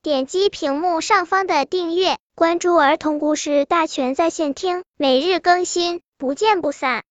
点击屏幕上方的订阅，关注儿童故事大全在线听，每日更新，不见不散。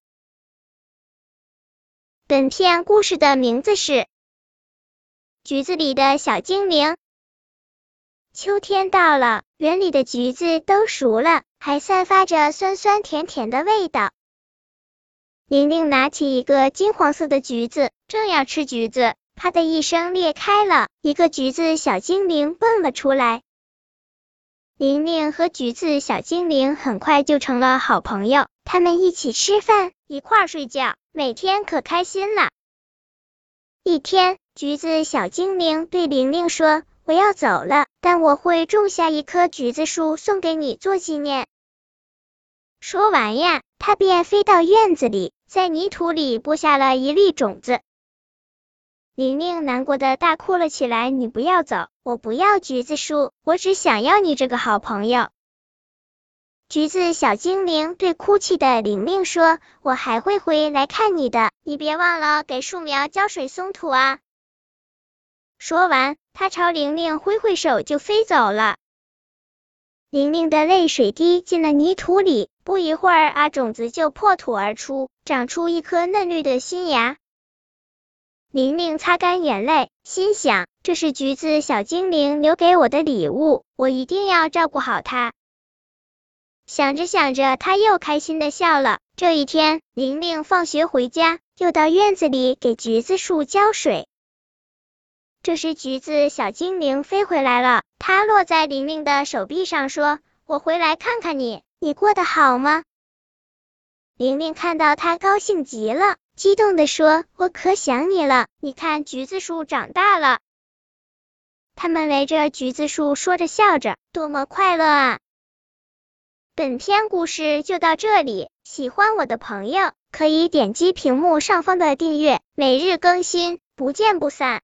本片故事的名字是《橘子里的小精灵》。秋天到了，园里的橘子都熟了，还散发着酸酸甜甜的味道。玲玲拿起一个金黄色的橘子，正要吃橘子，啪的一声裂开了，一个橘子小精灵蹦了出来。玲玲和橘子小精灵很快就成了好朋友，他们一起吃饭，一块睡觉，每天可开心了。一天，橘子小精灵对玲玲说，我要走了，但我会种下一棵橘子树送给你做纪念。说完呀，他便飞到院子里，在泥土里播下了一粒种子。玲玲难过的大哭了起来，你不要走，我不要橘子树，我只想要你这个好朋友。橘子小精灵对哭泣的玲玲说，我还会回来看你的，你别忘了给树苗浇水松土啊。说完，他朝玲玲挥挥手就飞走了。玲玲的泪水滴进了泥土里，不一会儿啊，种子就破土而出，长出一颗嫩绿的新芽。玲玲擦干眼泪，心想，这是橘子小精灵留给我的礼物，我一定要照顾好它。想着想着，她又开心的笑了。这一天，玲玲放学回家，又到院子里给橘子树浇水。这时橘子小精灵飞回来了，它落在玲玲的手臂上说，我回来看看你，你过得好吗？玲玲看到它高兴极了，激动地说，我可想你了，你看橘子树长大了。他们围着橘子树说着笑着，多么快乐啊！本篇故事就到这里，喜欢我的朋友可以点击屏幕上方的订阅，每日更新，不见不散。